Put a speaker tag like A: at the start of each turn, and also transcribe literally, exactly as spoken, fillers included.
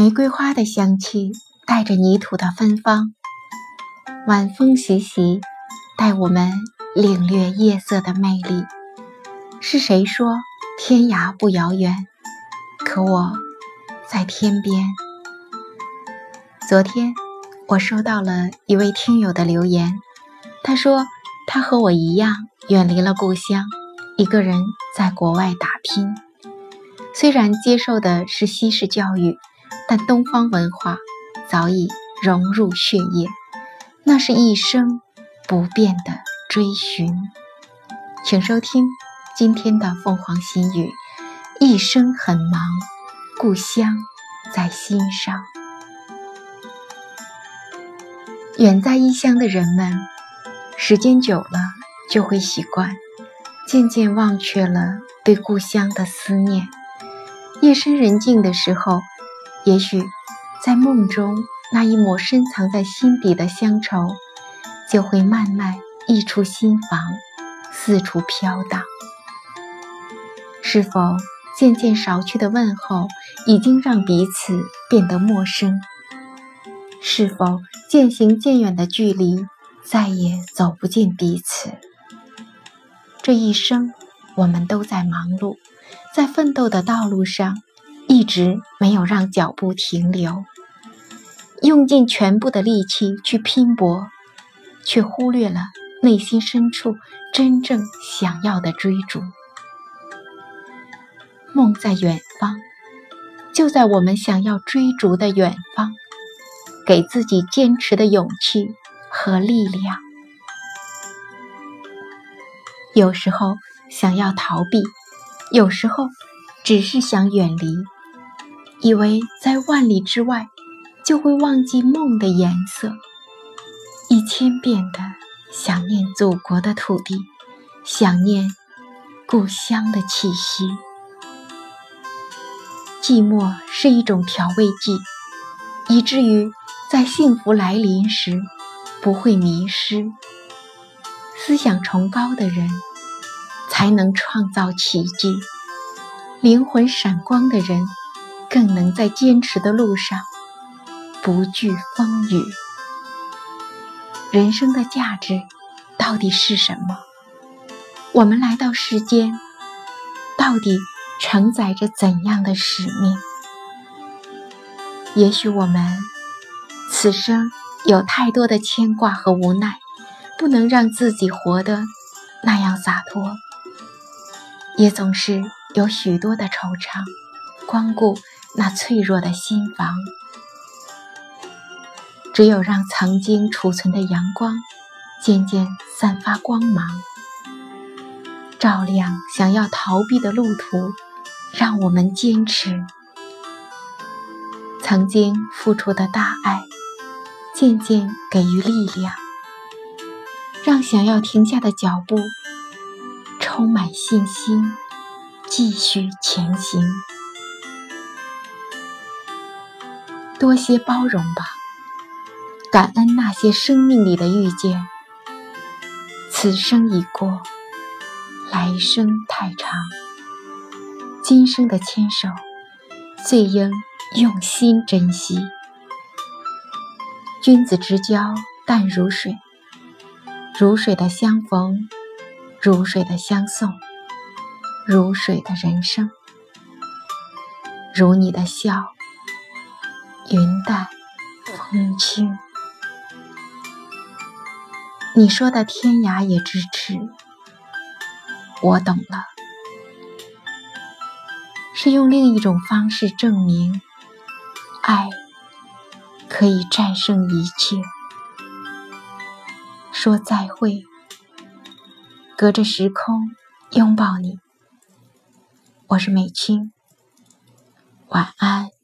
A: 玫瑰花的香气带着泥土的芬芳，晚风习习，带我们领略夜色的魅力。是谁说天涯不遥远？可我在天边。昨天我收到了一位听友的留言，他说他和我一样远离了故乡，一个人在国外打拼。虽然接受的是西式教育，但东方文化早已融入血液，那是一生不变的追寻。请收听今天的凤凰心语，一生很忙，故乡在心上。远在异乡的人们，时间久了就会习惯，渐渐忘却了对故乡的思念。夜深人静的时候，也许在梦中那一抹深藏在心底的乡愁，就会慢慢溢出心房，四处飘荡。是否渐渐少去的问候，已经让彼此变得陌生？是否渐行渐远的距离，再也走不进彼此？这一生，我们都在忙碌，在奋斗的道路上，一直没有让脚步停留，用尽全部的力气去拼搏，却忽略了内心深处真正想要的追逐。梦在远方，就在我们想要追逐的远方，给自己坚持的勇气和力量。有时候想要逃避，有时候只是想远离，以为在万里之外就会忘记梦的颜色，一千遍的想念祖国的土地，想念故乡的气息。寂寞是一种调味剂，以至于在幸福来临时不会迷失。思想崇高的人才能创造奇迹，灵魂闪光的人更能在坚持的路上不惧风雨。人生的价值到底是什么？我们来到世间，到底承载着怎样的使命？也许我们此生有太多的牵挂和无奈，不能让自己活得那样洒脱，也总是有许多的惆怅光顾那脆弱的心房。只有让曾经储存的阳光渐渐散发光芒，照亮想要逃避的路途，让我们坚持。曾经付出的大爱渐渐给予力量，让想要停下的脚步充满信心，继续前行。多些包容吧，感恩那些生命里的遇见。此生已过，来生太长，今生的牵手最应用心珍惜。君子之交淡如水，如水的相逢，如水的相送，如水的人生。如你的笑，云淡风轻。你说的天涯也咫尺，我懂了，是用另一种方式证明，爱可以战胜一切。说再会，隔着时空拥抱你。我是美青，晚安。